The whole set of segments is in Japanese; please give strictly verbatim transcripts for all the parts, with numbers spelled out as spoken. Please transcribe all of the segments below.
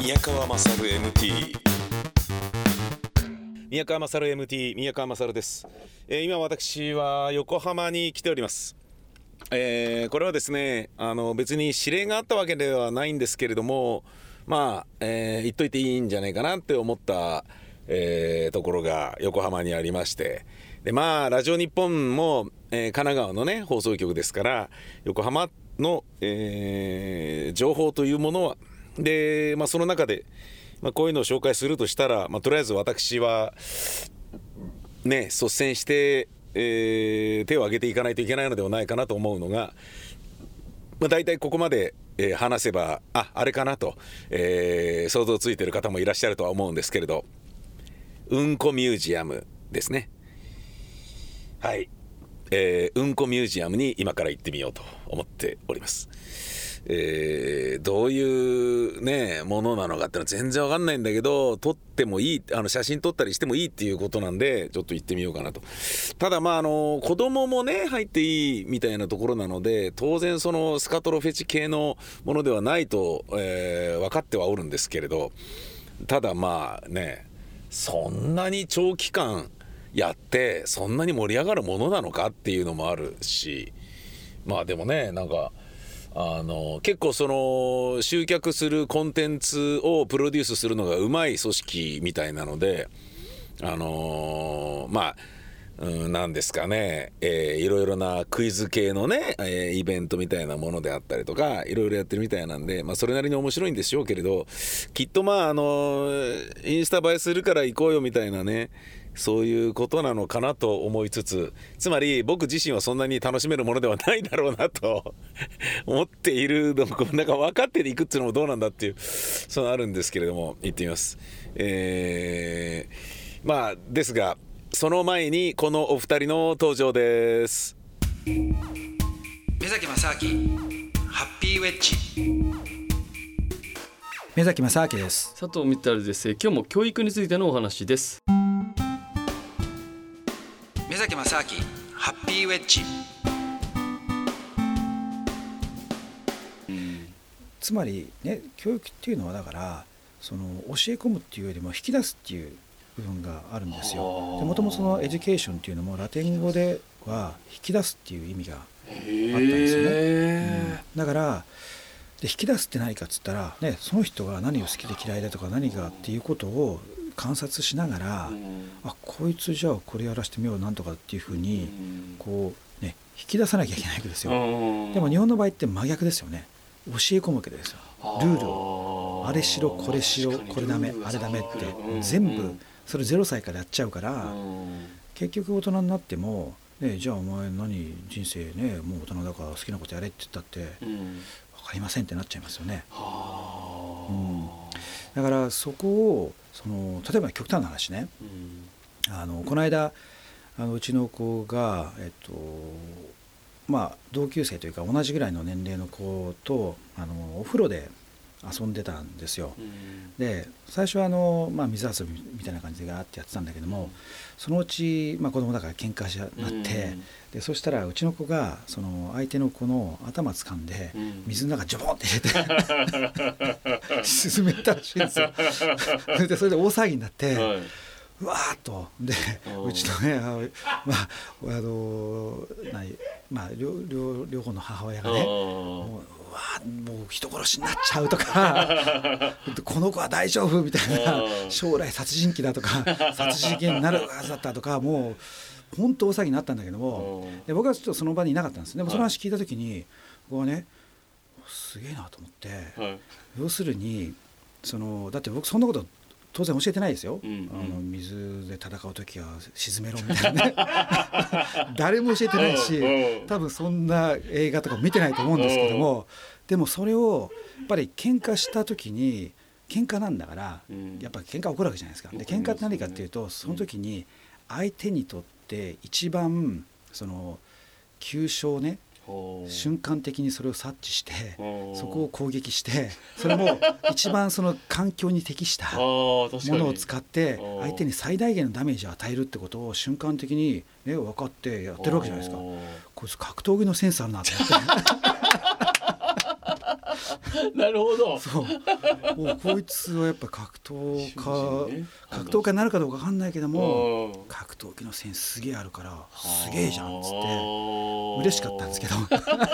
宮川勝 エムティー 宮川勝 エムティー 宮川勝です、えー、今私は横浜に来ております。えー、これはですねあの別に指令があったわけではないんですけれども、まあ、えー、言っといていいんじゃないかなって思った、えー、ところが横浜にありまして、でまあラジオ日本も、えー、神奈川のね放送局ですから、横浜の、えー、情報というものはで、まあ、その中で、まあ、こういうのを紹介するとしたら、まあ、とりあえず私はね率先して、えー、手を挙げていかないといけないのではないかなと思うのが、まあ、大体ここまで、えー、話せばああれかなと、えー、想像ついている方もいらっしゃるとは思うんですけれど、うんこミュージアムですね。はい、えー、うんこミュージアムに今から行ってみようと思っております。えー、どういうねものなのかってのは全然わかんないんだけど、撮ってもいい、あの写真撮ったりしてもいいっていうことなんで、ちょっと行ってみようかなと。ただまああの子供もね入っていいみたいなところなので、当然そのスカトロフェチ系のものではないと、えー、分かってはおるんですけれど、ただまあねそんなに長期間やってそんなに盛り上がるものなのかっていうのもあるし、まあでもねなんかあの結構その集客するコンテンツをプロデュースするのがうまい組織みたいなので、あのー、まあうんなんですかね、えー、いろいろなクイズ系のね、えー、イベントみたいなものであったりとかいろいろやってるみたいなんで、まあ、それなりに面白いんでしょうけれど、きっとまああのー、インスタ映えするから行こうよみたいなね、そういうことなのかなと思いつつ、つまり僕自身はそんなに楽しめるものではないだろうなと思っているのもなんか分かっていくっていうのもどうなんだっていう、そうあるんですけれども、行ってみます。えー、まあですがその前にこのお二人の登場です。 目崎正明ハッピーウェッジ。 目崎正明です。 佐藤光です。今日も教育についてのお話です。 目崎正明ハッピーウェッジ。 つまりね、教育っていうのはだからその教え込むっていうよりも引き出すっていう部分があるんですよ。もともとそのエデュケーションっていうのもラテン語では引き出すっていう意味があったんですよね、うん、だからで引き出すって何かっつったら、ね、その人が何を好きで嫌いだとか何がっていうことを観察しながら、うん、あこいつじゃあこれやらせてみようなんとかっていうふうにこう、ね、引き出さなきゃいけないわけですよ、うん、でも日本の場合って真逆ですよね。教え込むわけですよ。ルールをあれしろこれしろこれダメあれダメって全部それゼロさいからやっちゃうから、結局大人になっても、ね、じゃあお前何人生ねもう大人だから好きなことやれって言ったって分かりませんってなっちゃいますよね、うん、だからそこをその例えば極端な話ね、あのこの間あのうちの子がえっとまあ同級生というか同じぐらいの年齢の子とあのお風呂で遊んでたんですよ、うん、で最初はあの、まあ、水遊びみたいな感じでガーってやってたんだけども、うん、そのうち、まあ、子供だから喧嘩しなって、うん、でそしたらうちの子がその相手の子の頭掴んで、うん、水の中ジョボンって入れて沈めたらしいんですよでそれで大騒ぎになって、はい、うわーっとでうちのねあ、まああの何まあ、両, 両, 両方の母親がねもううわもう人殺しになっちゃうとかこの子は大丈夫みたいな将来殺人鬼だとか殺人鬼になるはずだったとかもう本当大騒ぎになったんだけども、で僕はちょっとその場にいなかったんです。でもその話聞いた時に僕はねすげえなと思って、はい、要するにそのだって僕そんなこと当然教えてないですよ、うんうん、あの水で戦う時は沈めろみたいなね誰も教えてないし多分そんな映画とか見てないと思うんですけども、でもそれをやっぱり喧嘩した時に喧嘩なんだからやっぱり喧嘩起こるわけじゃないですか。で喧嘩って何かっていうとその時に相手にとって一番その急所をね瞬間的にそれを察知してそこを攻撃してそれも一番その環境に適したものを使って相手に最大限のダメージを与えるってことを瞬間的に、ね、分かってやってるわけじゃないですか。こいつ格闘技のセンスあるなと思ってなるほど。 そうもうこいつはやっぱ格闘家、ね、格闘家になるかどうか分かんないけども格闘技のセンスすげえあるからすげえじゃんっつって嬉しかったんですけど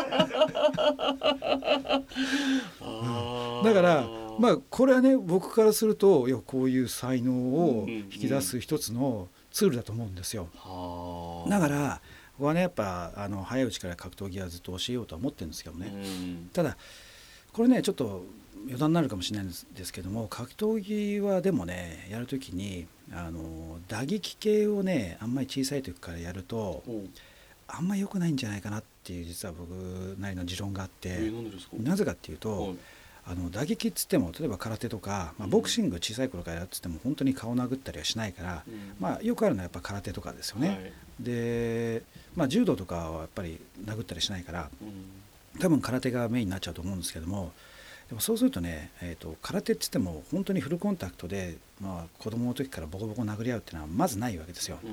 だからまあこれはね僕からするといやこういう才能を引き出す一つのツールだと思うんですよ。だから僕はねやっぱあの早いうちから格闘技はずっと教えようとは思ってるんですけどね、うん、ただこれねちょっと余談になるかもしれないんですですけども格闘技はでもねやるときにあの打撃系をねあんまり小さい時からやると、うん、あんまり良くないんじゃないかなっていう実は僕なりの持論があって、えー、なんでですか？なぜかっていうと、はい、あの打撃っつっても例えば空手とか、まあ、ボクシング小さい頃からやってても本当に顔殴ったりはしないから、うんまあ、よくあるのはやっぱ空手とかですよね、はい、で、まあ、柔道とかはやっぱり殴ったりしないから、うん、多分空手がメインになっちゃうと思うんですけどもでもそうするとね、えーと、空手って言っても本当にフルコンタクトで、まあ、子供の時からボコボコ殴り合うっていうのはまずないわけですよ、うん、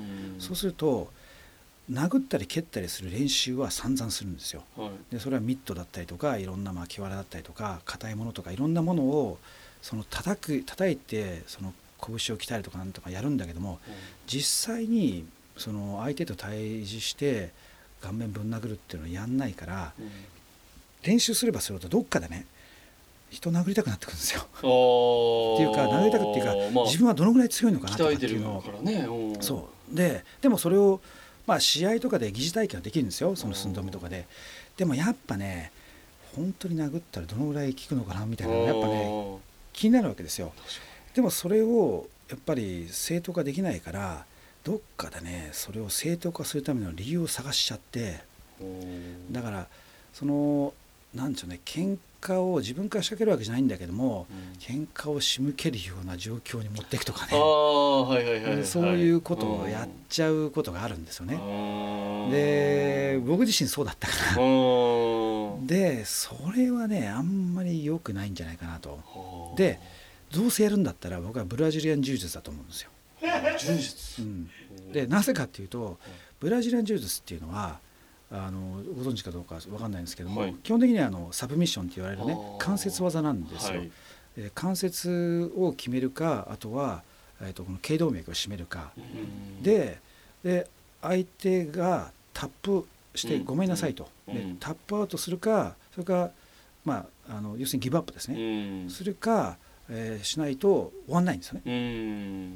そうすると殴ったり蹴ったりする練習は散々するんですよ、はい、でそれはミットだったりとかいろんな巻き藁だったりとか硬いものとかいろんなものをその叩く叩いてその拳を鍛えるとかなんとかやるんだけども、うん、実際にその相手と対峙して顔面ぶん殴るっていうのをやんないから、うん、練習すればするとどっかでね人殴りたくなってくるんですよっていうか殴りたくっていうか、まあ、自分はどのぐらい強いのかなとかっていうのを鍛えてるからね、 そうででもそれをまあ試合とかで疑似体験はできるんですよその寸止めとかででもやっぱね本当に殴ったらどのぐらい効くのかなみたいなのがやっぱね気になるわけですよ。でもそれをやっぱり正当化できないからどっかでねそれを正当化するための理由を探しちゃってだからそのなんでしょうね喧嘩を自分から仕掛けるわけじゃないんだけども、うん、喧嘩を仕向けるような状況に持っていくとかね、 はいはいはいはい、 そういうことをやっちゃうことがあるんですよね。で僕自身そうだったからでそれはねあんまり良くないんじゃないかなと。でどうせやるんだったら僕はブラジリアン柔術だと思うんですよ。 柔術、 うん、でなぜかっていうとブラジリアン柔術っていうのはあのご存知かどうか分かんないんですけども、はい、基本的にはあのサブミッションって言われるね関節技なんですよ、はい、え関節を決めるかあとは、えー、とこの頸動脈を締めるかで、で相手がタップしてごめんなさいと、うん、でタップアウトするかそれから、まあ、あの要するにギブアップですね、うん、するか、えー、しないと終わんないんですよね、うん、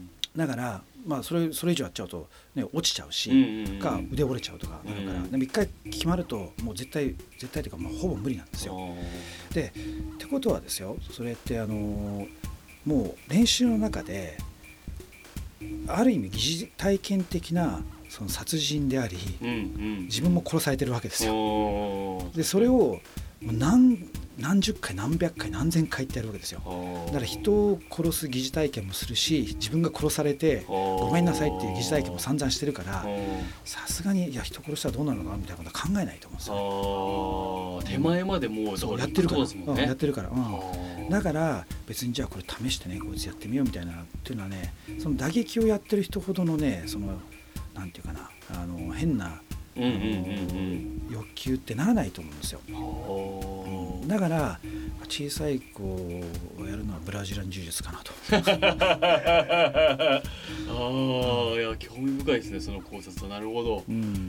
だからまあ、それ、それ以上やっちゃうと、ね、落ちちゃうし、うんうんうん、か腕折れちゃうとかなるから、うん、でも一回決まるともう絶対絶対というか、まあ、ほぼ無理なんですよ。でってことはですよそれってあのもう練習の中である意味疑似体験的なその殺人であり、うんうん、自分も殺されてるわけですよ。でそれを何何十回何百回何千回ってやるわけですよ。だから人を殺す疑似体験もするし自分が殺されてごめんなさいっていう疑似体験も散々してるからさすがにいや人殺したらどうなるのかなみたいなことは考えないと思うんですよ。 手前までもうそうやってるから、うん、やってるから、うん、だから別にじゃあこれ試してねこいつやってみようみたいなっていうのはねその打撃をやってる人ほどのねそのなんていうかなあの変なうんうんうんうん、欲求ってならないと思うんですよ、うん、だから小さい子をやるのはブラジリアン柔術かなとああいや興味深いですねその考察は。なるほど、うん、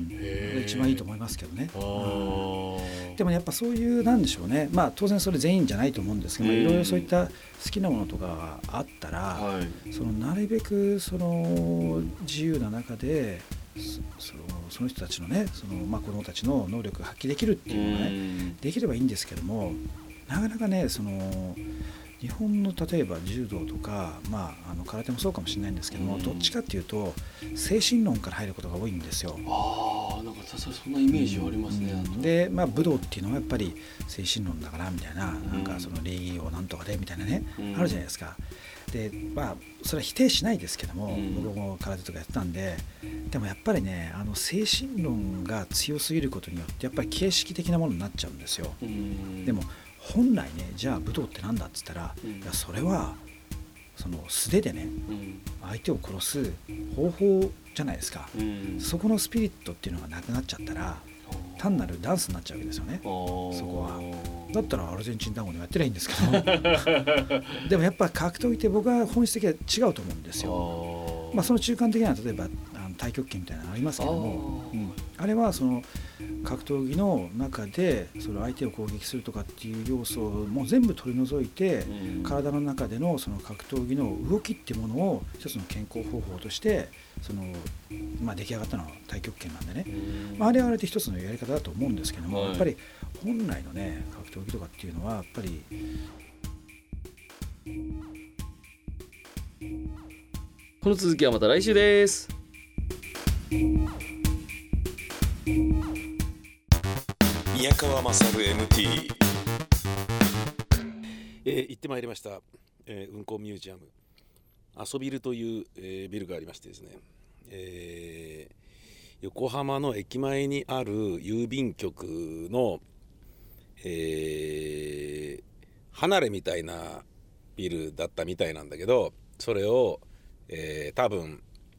へ一番いいと思いますけどね。あ、うん、でもやっぱそういうなんでしょうねまあ当然それ全員じゃないと思うんですけどいろいろそういった好きなものとかがあったら、はい、そのなるべくその自由な中でその, その人たちのねその、まあ、子どもたちの能力が発揮できるっていうのがねできればいいんですけどもなかなかねその日本の例えば柔道とか、まあ、あの空手もそうかもしれないんですけどもどっちかっていうと精神論から入ることが多いんですよ。 ああなんかそんなイメージはありますね。うん、 で、まあ、武道っていうのはやっぱり精神論だからみたいな、うん、なんかその礼儀をなんとかでみたいなね、うん、あるじゃないですか。でまあそれは否定しないですけども、うん、僕も空手とかやってたんででもやっぱりねあの精神論が強すぎることによってやっぱり形式的なものになっちゃうんですよ。うん、でも本来ねじゃあ武道ってなんだっつったら、うん、いやそれはその素手でね、うん、相手を殺す方法じゃないですか、うん、そこのスピリットっていうのがなくなっちゃったら単なるダンスになっちゃうわけですよね、そこは。だったらアルゼンチン単語でもやってりゃいいんですけどでもやっぱ格闘技って僕は本質的には違うと思うんですよ。まあ、その中間的な例えばあの太極拳みたいなのありますけども、うん、あれはその格闘技の中でその相手を攻撃するとかっていう要素をもう全部取り除いて、うん、体の中でのその格闘技の動きっていうものを一つの健康方法としてその、まあ、出来上がったのは太極拳なんでね、うん、まあ、あれはあれで一つのやり方だと思うんですけども、はい、やっぱり本来のね格闘技とかっていうのはやっぱりこの続きはまた来週です。 宮川勝 エムティー、えー、行ってまいりました、えー、うんこミュージアム遊びるという、えー、ビルがありましてですね、えー、横浜の駅前にある郵便局の、えー、離れみたいなビルだったみたいなんだけど、それを、えー、多分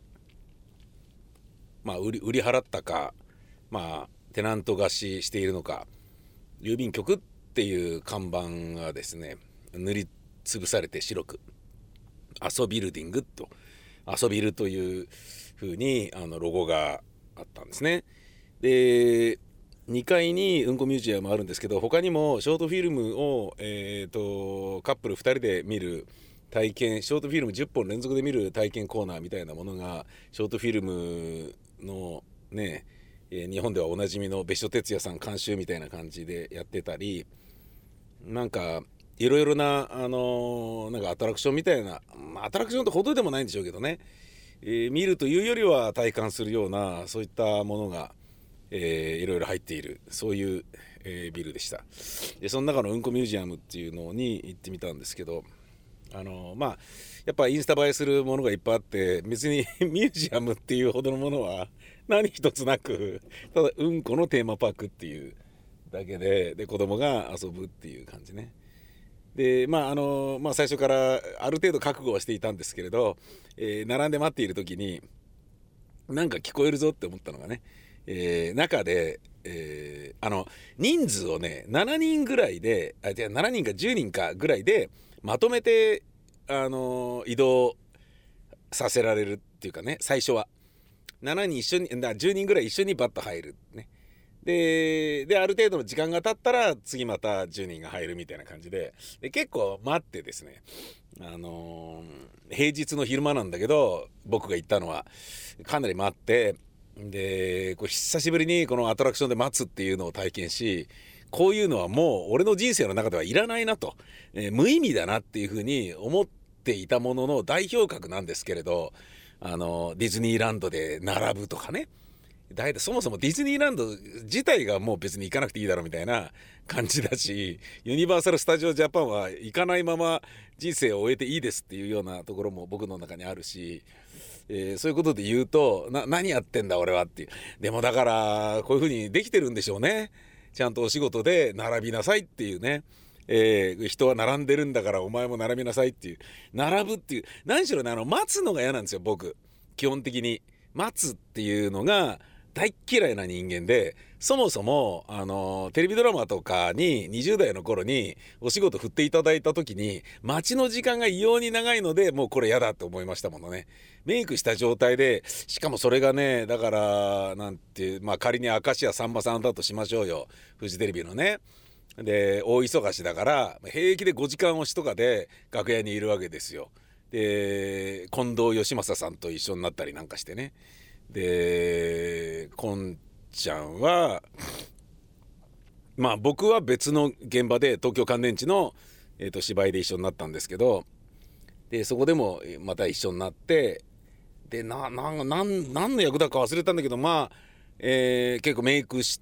まあ売り、売り払ったか、まあテナント貸ししているのか、郵便局っていう看板がですね塗りつぶされて白く遊ビルディングと遊びるという風にあのロゴがあったんですね。でにかいにうんこミュージアムあるんですけど、他にもショートフィルムを、えー、とカップルふたりで見る体験、ショートフィルムじゅっぽん連続で見る体験コーナーみたいなものがショートフィルムのね、えー、日本ではおなじみの別所哲也さん監修みたいな感じでやってたり、なんかいろいろな、あのー、なんかアトラクションみたいな、まあ、アトラクションってほどでもないんでしょうけどね、えー、見るというよりは体感するようなそういったものが、えー、いろいろ入っているそういう、えー、ビルでした。でその中のうんこミュージアムっていうのに行ってみたんですけど、あのー、まあやっぱインスタ映えするものがいっぱいあって、別にミュージアムっていうほどのものは何一つなく、ただうんこのテーマパークっていうだけで、で子供が遊ぶっていう感じね。でまああのまあ、最初からある程度覚悟はしていたんですけれど、えー、並んで待っている時になんか聞こえるぞって思ったのがね、えー、中で、えー、あの人数をねしちにんぐらいで、あ、じゃあしちにんかじゅうにんかぐらいでまとめて、あの移動させられるっていうかね、最初はしちにん一緒にじゅうにんぐらい一緒にバッと入るね。で, である程度の時間が経ったら次またじゅうにんが入るみたいな感じ で, で結構待ってですね、あのー、平日の昼間なんだけど僕が行ったのはかなり待って、でこう久しぶりにこのアトラクションで待つっていうのを体験し、こういうのはもう俺の人生の中ではいらないなと、えー、無意味だなっていうふうに思っていたものの代表格なんですけれど、あのディズニーランドで並ぶとかね、だいたいそもそもディズニーランド自体がもう別に行かなくていいだろうみたいな感じだし、ユニバーサル・スタジオ・ジャパンは行かないまま人生を終えていいですっていうようなところも僕の中にあるし、えー、そういうことで言うとな何やってんだ俺はっていう。でもだからこういう風にできてるんでしょうね。ちゃんとお仕事で並びなさいっていうね、えー、人は並んでるんだからお前も並びなさいっていう、並ぶっていう、何しろね、あの待つのが嫌なんですよ僕。基本的に待つっていうのが大嫌いな人間で、そもそもあのテレビドラマとかににじゅう代の頃にお仕事振っていただいた時に待ちの時間が異様に長いので、もうこれ嫌だと思いましたものね。メイクした状態で、しかもそれがね、だからなんて、まあ仮に明石家さんまさんだとしましょうよ、フジテレビのね。で大忙しだから平気でごじかん押しとかで楽屋にいるわけですよ。で近藤義正さんと一緒になったりなんかしてね。でこんちゃんはまあ僕は別の現場で東京乾電池の、えー、と芝居で一緒になったんですけど、でそこでもまた一緒になって、でなななん何の役だか忘れたんだけど、まあ、えー、結構メイクして、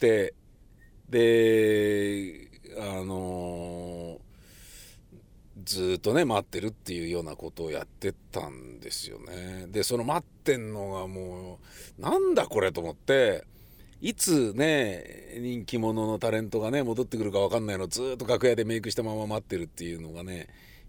であのー、ずっとね待ってるっていうようなことをやってたんですよね。でその待ってんのがもうなんだこれと思って、いつね人気者のタレントがね戻ってくるか分かんないのずっと楽屋でメイクしたまま待ってるっていうのがね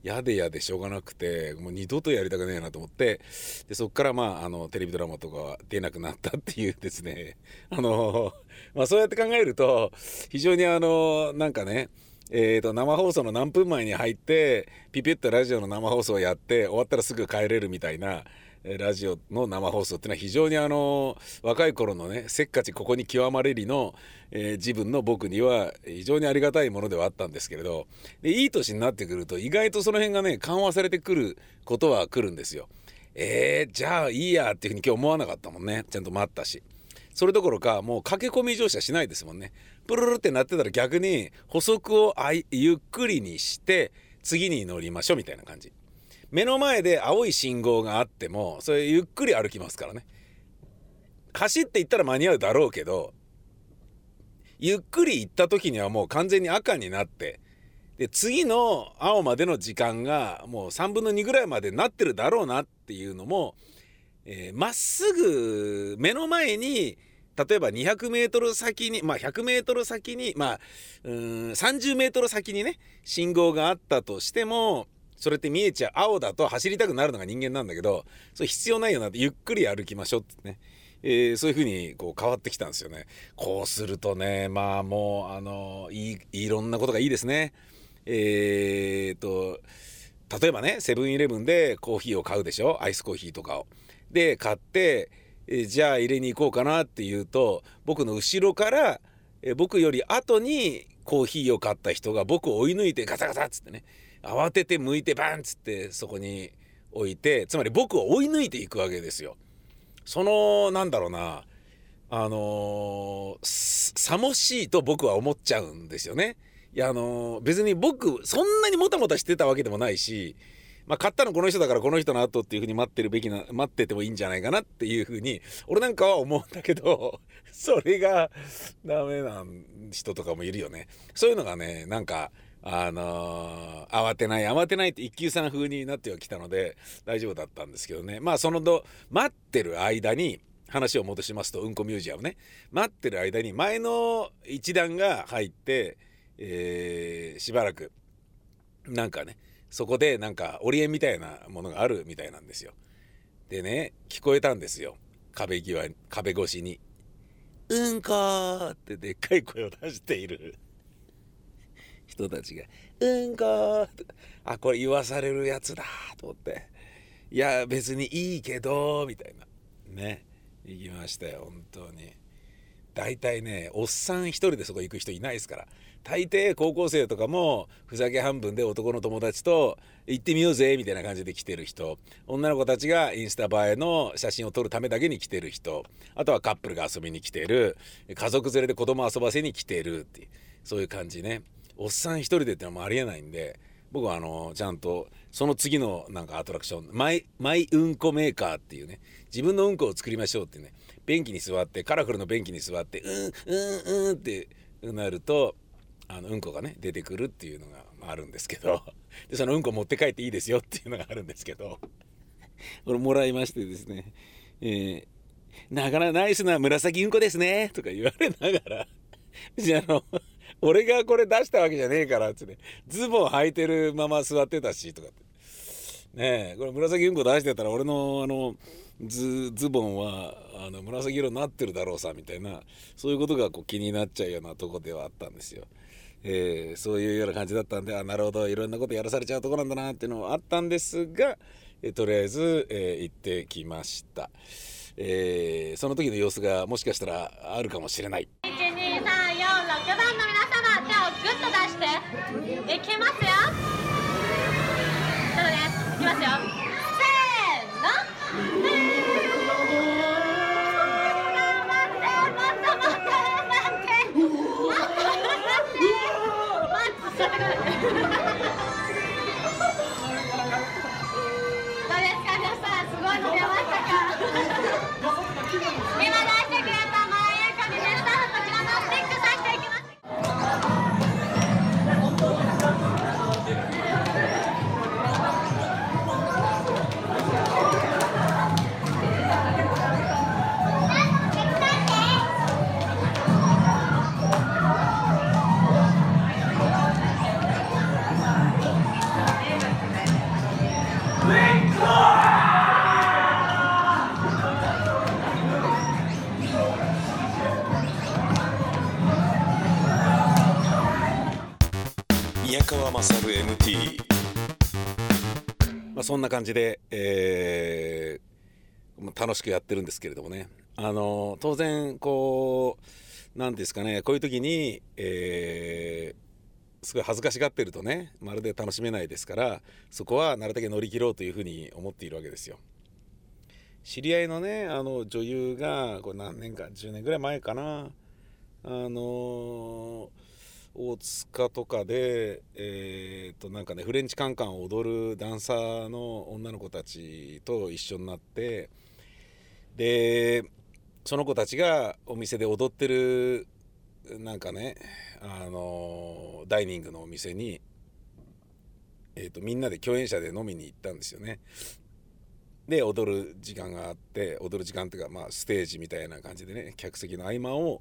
やでやでしょうがなくて、もう二度とやりたくねえなと思って、でそこからまああのテレビドラマとかは出なくなったっていうですね、あのまあそうやって考えると非常にあのなんかね、えーと生放送の何分前に入ってピピッとラジオの生放送をやって終わったらすぐ帰れるみたいなラジオの生放送っていうのは非常にあの若い頃のねせっかちここに極まれりの、えー、自分の僕には非常にありがたいものではあったんですけれど、でいい年になってくると意外とその辺がね緩和されてくることは来るんですよ。えー、じゃあいいやっていうふうに今日思わなかったもんね。ちゃんと待ったし、それどころかもう駆け込み乗車しないですもんね。プルルってなってたら逆に補足をあいゆっくりにして次に乗りましょうみたいな感じ。目の前で青い信号があってもそれゆっくり歩きますからね。走っていったら間に合うだろうけど、ゆっくり行った時にはもう完全に赤になって、で次の青までの時間がもうさんぶんのにぐらいまでなってるだろうなっていうのも、えー、まっすぐ目の前に例えばにひゃくメートル先に、まあひゃくメートル先に、まあうーんさんじゅうメートル先にね信号があったとしても、それって見えちゃう。青だと走りたくなるのが人間なんだけど、それ必要ないよなって、ゆっくり歩きましょうってね、えー、そういう風にこう変わってきたんですよね。こうするとね、まあもうあのいいいろんなことがいいですね。えーと例えばねセブンイレブンでコーヒーを買うでしょ、アイスコーヒーとかを。で買って、えー、じゃあ入れに行こうかなっていうと、僕の後ろから、えー、僕より後にコーヒーを買った人が僕を追い抜いてガサガサっつってね、慌てて向いてバンっつってそこに置いて、つまり僕を追い抜いていくわけですよ。そのなんだろうな、あのー、さもしいと僕は思っちゃうんですよね。いやあのー、別に僕そんなにもたもたしてたわけでもないし、まあ買ったのこの人だからこの人の後っていう風に待ってるべきな待っててもいいんじゃないかなっていう風に俺なんかは思うんだけど、それがダメな人とかもいるよね。そういうのがねなんかあのー、慌てない慌てないって一休さん風になってはきたので大丈夫だったんですけどね。まあそのど待ってる間に話を戻しますと、うんこミュージアムね、待ってる間に前の一団が入って、えー、しばらくなんかねそこでなんかオリエンみたいなものがあるみたいなんですよ。でね聞こえたんですよ、壁際壁越しにうんこーってでっかい声を出している人たちがうんこーって、あこれ言わされるやつだと思って、いや別にいいけどみたいなね行きましたよ。本当に大体ねおっさん一人でそこ行く人いないですから、大抵高校生とかもふざけ半分で男の友達と行ってみようぜみたいな感じで来てる人、女の子たちがインスタ映えの写真を撮るためだけに来てる人、あとはカップルが遊びに来てる、家族連れで子供遊ばせに来てるっていう、そういう感じね。おっさん一人でってのもありえないんで、僕はあのちゃんとその次のなんかアトラクションマイマイうんこメーカーっていうね、自分のうんこを作りましょうってね、便器に座ってカラフルの便器に座ってうんうんうんってなるとあのうんこがね出てくるっていうのがあるんですけど、でそのうんこ持って帰っていいですよっていうのがあるんですけど、これもらいましてですね、えー、なかなかナイスな紫うんこですねとか言われながら、じゃあの俺がこれ出したわけじゃねえからっつって、ズボン履いてるまま座ってたしとかってねえ、これ紫うんこ出してたら俺のあの ズ, ズボンはあの紫色になってるだろうさみたいな、そういうことがこう気になっちゃうようなとこではあったんですよ。えー、そういうような感じだったんで、あなるほどいろんなことやらされちゃうとこなんだなっていうのはあったんですが、えー、とりあえず、えー、行ってきました。えー、その時の様子がもしかしたらあるかもしれない。いちにさんよんろくばんの皆様、手をグッと出していきますよ。そうです、いきますよ。せーの、 サル エヌティー、まあ、そんな感じで、えー、楽しくやってるんですけれどもね、あの当然こうなんですかね、こういう時に、えー、すごい恥ずかしがってるとねまるで楽しめないですから、そこはなるだけ乗り切ろうというふうに思っているわけですよ。知り合いのねあの女優がこれ何年かじゅうねんぐらい前かな、あの大塚とかで、えー、となんかねフレンチカンカンを踊るダンサーの女の子たちと一緒になって、でその子たちがお店で踊ってるなんかね、あのダイニングのお店に、えー、とみんなで共演者で飲みに行ったんですよね。で踊る時間があって、踊る時間っていうか、まあ、ステージみたいな感じでね客席の合間を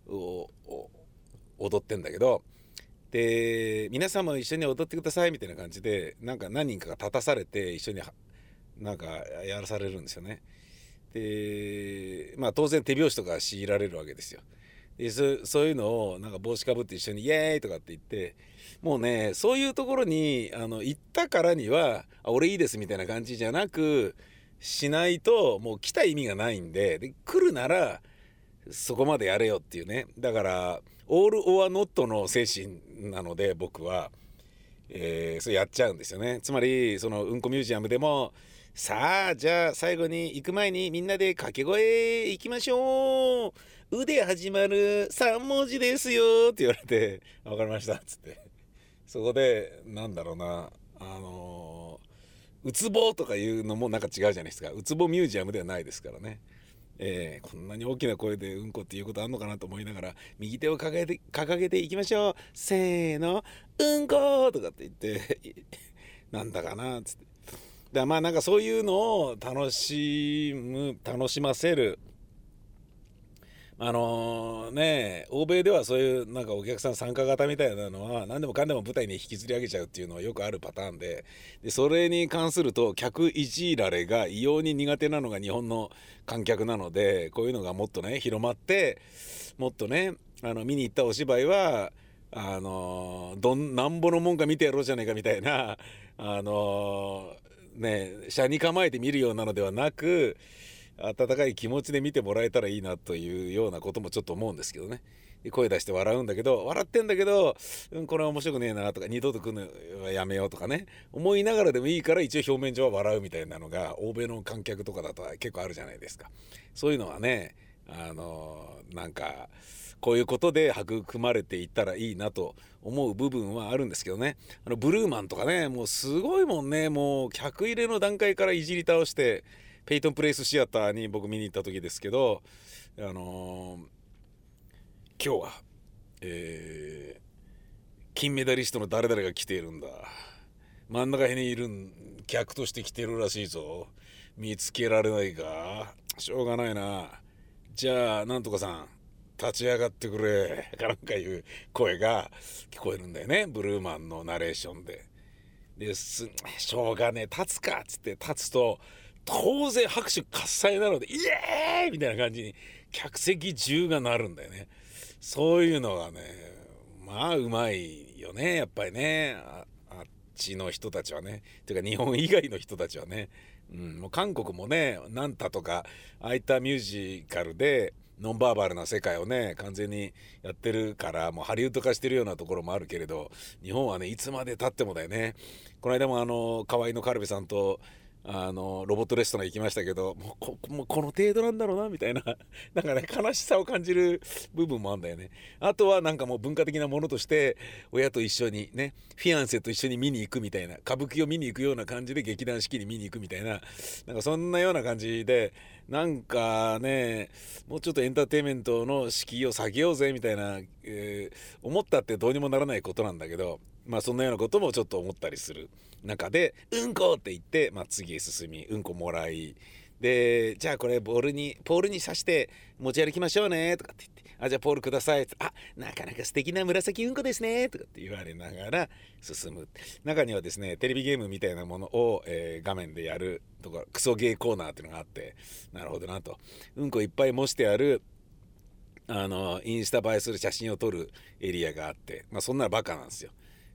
踊ってんだけど、で皆さんも一緒に踊ってくださいみたいな感じでなんか何人かが立たされて一緒になんかやらされるんですよね。でまあ当然手拍子とか強いられるわけですよ。で そ, そういうのをなんか帽子かぶって一緒にイエーイとかって言って、もうねそういうところにあの行ったからにはあ俺いいですみたいな感じじゃなくしないともう来た意味がないんで、で来るならそこまでやれよっていうね。だからオールオアノットの精神なので僕は、えー、それやっちゃうんですよね。つまりそのうんこミュージアムでもさあじゃあ最後に行く前にみんなで掛け声行きましょう、うで始まるさん文字ですよって言われて分かりましたっつって、そこでなんだろうな、あのー、うつぼとかいうのもなんか違うじゃないですか。うつぼミュージアムではないですからね。えー、こんなに大きな声でうんこっていうことあんのかなと思いながら、右手を掲げて掲げていきましょう、せーのうんことかって言ってなんだかなっつって、だまあなんかそういうのを楽しむ楽しませる、あのー、ね欧米ではそういうなんかお客さん参加型みたいなのは何でもかんでも舞台に引きずり上げちゃうっていうのはよくあるパターンで、でそれに関すると客いじられが異様に苦手なのが日本の観客なので、こういうのがもっとね広まって、もっとねあの見に行ったお芝居はあのー、どんなんぼのもんか見てやろうじゃねえかみたいな、あのー、ね車に構えて見るようなのではなく、温かい気持ちで見てもらえたらいいなというようなこともちょっと思うんですけどね。で声出して笑うんだけど、笑ってんだけど、うん、これは面白くねえなとか、二度と来るのはやめようとかね思いながらでもいいから一応表面上は笑うみたいなのが欧米の観客とかだと結構あるじゃないですか。そういうのはね、あのなんかこういうことで育まれていったらいいなと思う部分はあるんですけどね。あのブルーマンとかね、もうすごいもんね。もう客入れの段階からいじり倒して、ペイトンプレイスシアターに僕見に行った時ですけど、あのー、今日は、えー、金メダリストの誰々が来ているんだ、真ん中辺にいる客として来てるらしいぞ、見つけられないか、しょうがないな、じゃあなんとかさん立ち上がってくれかなんかいう声が聞こえるんだよね、ブルーマンのナレーションで。ですしょうがねえ立つかっつって立つと当然拍手喝采なのでイエーイみたいな感じに客席中がなるんだよね。そういうのがねまあうまいよねやっぱりね、 あ, あっちの人たちはね、ていうか日本以外の人たちはね、うん、もう韓国もねなんたとかああいったミュージカルでノンバーバルな世界をね完全にやってるからもうハリウッド化してるようなところもあるけれど、日本はねいつまで経ってもだよね。この間もあの河合のカルベさんとあのロボットレストラン行きましたけど、もう こ, もうこの程度なんだろうなみたいななんかね悲しさを感じる部分もあるんだよね。あとはなんかもう文化的なものとして親と一緒にねフィアンセと一緒に見に行くみたいな、歌舞伎を見に行くような感じで劇団四季に見に行くみたいな、なんかそんなような感じでなんかねもうちょっとエンターテインメントの敷居を下げようぜみたいな、えー、思ったってどうにもならないことなんだけど、まあそんなようなこともちょっと思ったりする中でうんこって言って、まあ、次へ進みうんこもらいで、じゃあこれボールにポールに刺して持ち歩きましょうねとかって言って、あじゃあポールくださいって、あなかなか素敵な紫うんこですねとかって言われながら進む。中にはですねテレビゲームみたいなものを、えー、画面でやるとかクソゲーコーナーっていうのがあって、なるほどなと、うんこいっぱい模してあるあのインスタ映えする写真を撮るエリアがあって、まあそんなバカなんですよ。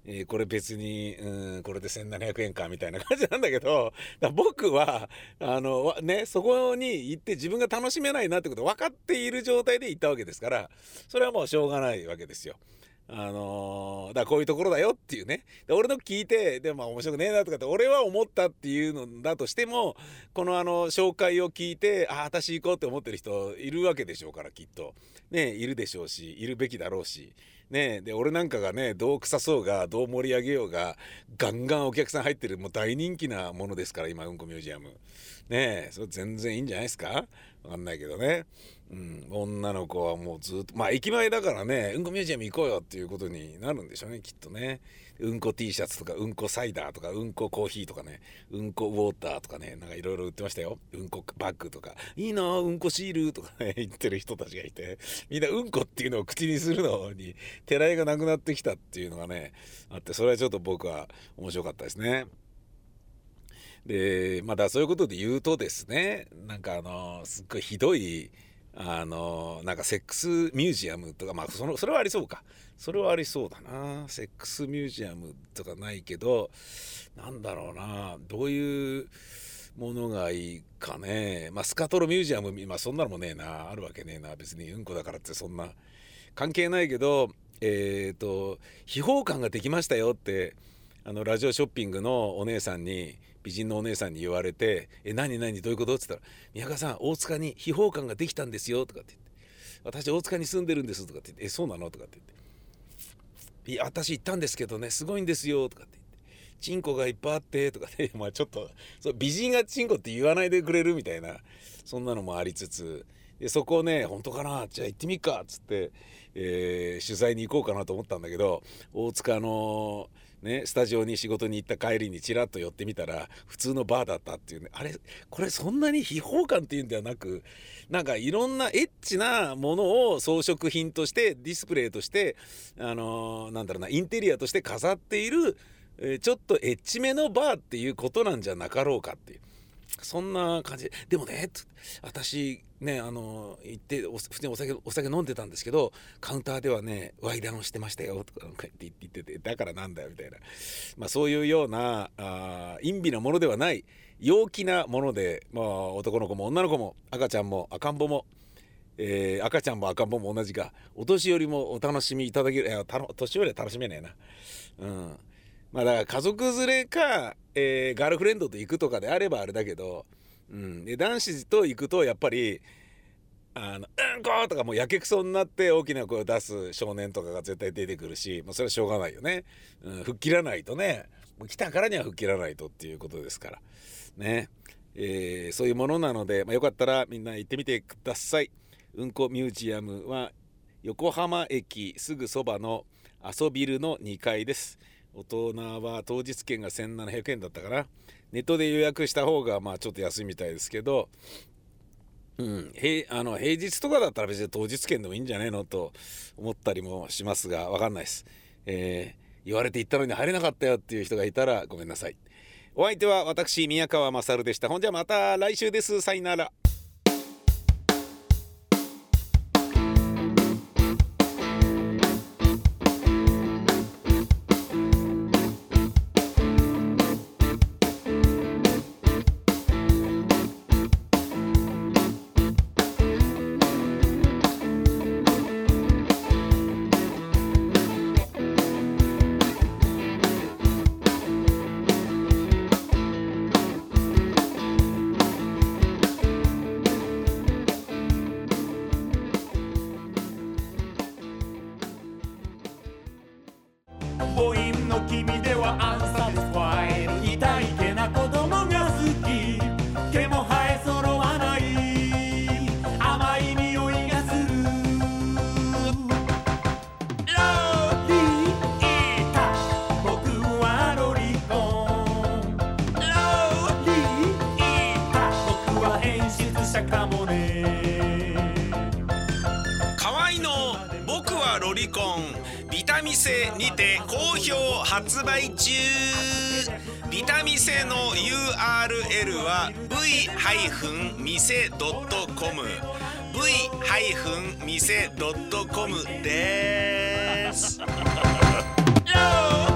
えー、これ別にうんこれでせんななひゃくえんかみたいな感じなんだけど、だ僕はあのねそこに行って自分が楽しめないなってこと分かっている状態で行ったわけですから、それはもうしょうがないわけですよ。あのー、だからこういうところだよっていうね。で俺の聞いてでもまあ面白くねえなとかって俺は思ったっていうのだとしても、このあの紹介を聞いてああ私行こうって思ってる人いるわけでしょうから、きっとねいるでしょうし、いるべきだろうしね。で俺なんかがねどう臭そうがどう盛り上げようがガンガンお客さん入ってるもう大人気なものですから今、うんこミュージアムね。それ全然いいんじゃないですか。わかんないけどね。うん、女の子はもうずっとまあ駅前だからね、うんこミュージアム行こうよっていうことになるんでしょうね、きっとね。うんこ T シャツとかうんこサイダーとかうんこコーヒーとかね、うんこウォーターとかね、なんかいろいろ売ってましたよ。うんこバッグとかいいなうんこシールとかね言ってる人たちがいて、みんなうんこっていうのを口にするのにてらいがなくなってきたっていうのがねあって、それはちょっと僕は面白かったですね。でまだそういうことで言うとですね、なんかあのすっごいひどいあのなんかセックスミュージアムとか、まあそのそれはありそうか、それはありそうだな。セックスミュージアムとかないけど、なんだろうな、どういうものがいいかね。まあスカトロミュージアム、まあそんなのもねえな、あるわけねえな、別にうんこだからってそんな関係ないけど、えっと秘宝館ができましたよってあのラジオショッピングのお姉さんに、美人のお姉さんに言われて、え何何どういうことって言ったら、宮川さん大塚に秘宝館ができたんですよとかって言って、私大塚に住んでるんですとかって言って、えそうなのとかって言って、いや私行ったんですけどねすごいんですよとかって言って、チンコがいっぱいあってとかねまあちょっとそう美人がチンコって言わないでくれるみたいな、そんなのもありつつ、でそこをね本当かなじゃあ行ってみっかっつって、えー、取材に行こうかなと思ったんだけど、大塚のね、スタジオに仕事に行った帰りにちらっと寄ってみたら普通のバーだったっていうね。あれこれそんなに秘宝館っていうんではなく、なんかいろんなエッチなものを装飾品としてディスプレイとしてあのー、なんだろうなインテリアとして飾っている、えー、ちょっとエッチめのバーっていうことなんじゃなかろうかっていう、そんな感じでもね私ねあの行ってお普通にお酒お酒飲んでたんですけど、カウンターではねワイダンをしてましたよとかって言ってて、だからなんだよみたいな、まあそういうようなあ陰微なものではない陽気なもので、まあ男の子も女の子も赤ちゃんも赤ん坊も、えー、赤ちゃんも赤ん坊も同じか、お年寄りもお楽しみいただける。いや年寄りは楽しめないな。うんまあだから家族連れか、えー、ガールフレンドと行くとかであればあれだけど、うん、で男子と行くとやっぱりあのうんことかもうやけくそになって大きな声を出す少年とかが絶対出てくるし、もうそれはしょうがないよね。うん、吹っ切らないとね、もう来たからには吹っ切らないとっていうことですからね、えー、そういうものなので、まあ、よかったらみんな行ってみてください。うんこミュージアムは横浜駅すぐそばの遊ビルのにかいです。大人は当日券がせんななひゃくえんだったかな。ネットで予約した方がまあちょっと安いみたいですけど、うん、へあの平日とかだったら別に当日券でもいいんじゃないのと思ったりもしますが、分かんないです、えー、言われて行ったのに入れなかったよっていう人がいたらごめんなさい。お相手は私宮川勝でした。ほんじゃまた来週です。さよなら。 母音の君ではアンサティスファイ、痛いけな子供が好き、毛も生え揃わない甘い匂いがする。ロリータ、僕はロリコン。ロリータ、僕は演出者かもね。 河合の僕はロリコンビタミセにて好評発売中。ビタミセの ユーアールエル は ブイ ミセ ドット コム ブイ ミセ ドット コム です。